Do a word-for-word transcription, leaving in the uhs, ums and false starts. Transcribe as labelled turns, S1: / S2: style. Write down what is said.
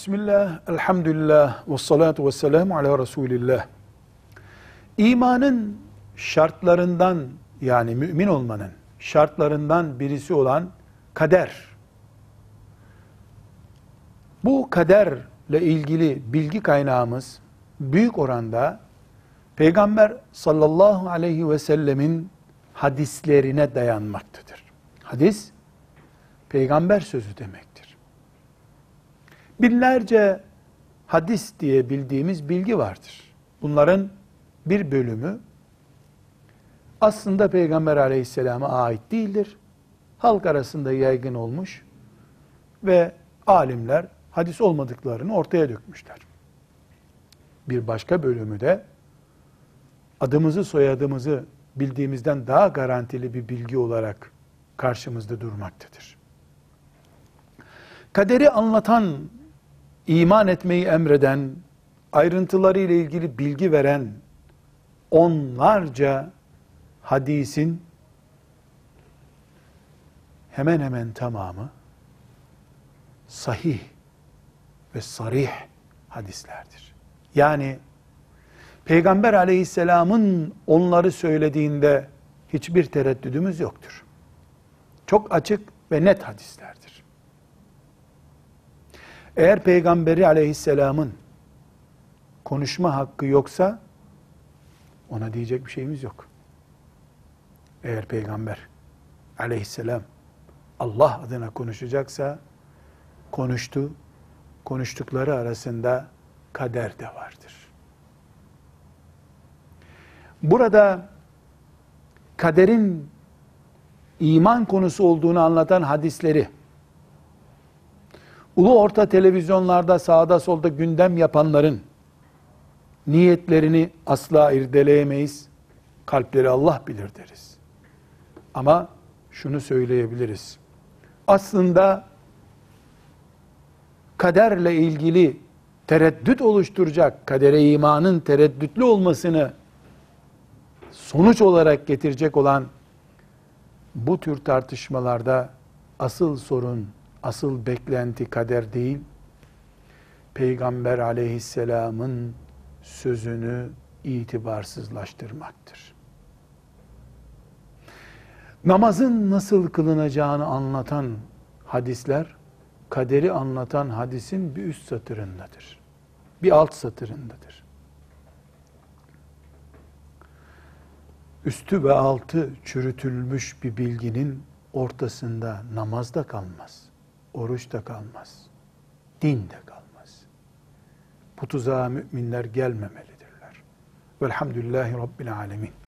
S1: Bismillah, elhamdülillah, ve salatu ve selamu ala Resulillah. İmanın şartlarından, yani mümin olmanın şartlarından birisi olan kader. Bu kaderle ilgili bilgi kaynağımız büyük oranda Peygamber sallallahu aleyhi ve sellemin hadislerine dayanmaktadır. Hadis, peygamber sözü demektir. Binlerce hadis diye bildiğimiz bilgi vardır. Bunların bir bölümü aslında Peygamber aleyhisselama ait değildir. Halk arasında yaygın olmuş ve alimler hadis olmadıklarını ortaya dökmüşler. Bir başka bölümü de adımızı soyadımızı bildiğimizden daha garantili bir bilgi olarak karşımızda durmaktadır. Kaderi anlatan, iman etmeyi emreden, ayrıntıları ile ilgili bilgi veren onlarca hadisin hemen hemen tamamı sahih ve sarih hadislerdir. Yani Peygamber aleyhisselamın onları söylediğinde hiçbir tereddüdümüz yoktur. Çok açık ve net hadislerdir. Eğer Peygamberi aleyhisselamın konuşma hakkı yoksa ona diyecek bir şeyimiz yok. Eğer Peygamber aleyhisselam Allah adına konuşacaksa konuştu, konuştukları arasında kader de vardır. Burada kaderin iman konusu olduğunu anlatan hadisleri ulu orta televizyonlarda sağda solda gündem yapanların niyetlerini asla irdeleyemeyiz. Kalpleri Allah bilir deriz. Ama şunu söyleyebiliriz. Aslında kaderle ilgili tereddüt oluşturacak, kadere imanın tereddütlü olmasını sonuç olarak getirecek olan bu tür tartışmalarda asıl sorun, asıl beklenti kader değil, Peygamber aleyhisselamın sözünü itibarsızlaştırmaktır. Namazın nasıl kılınacağını anlatan hadisler, kaderi anlatan hadisin bir üst satırındadır. Bir alt satırındadır. Üstü ve altı çürütülmüş bir bilginin ortasında namaz da kalmaz, oruç da kalmaz, din de kalmaz. Bu tuzağa müminler gelmemelidirler. Velhamdülillahi Rabbil alemin.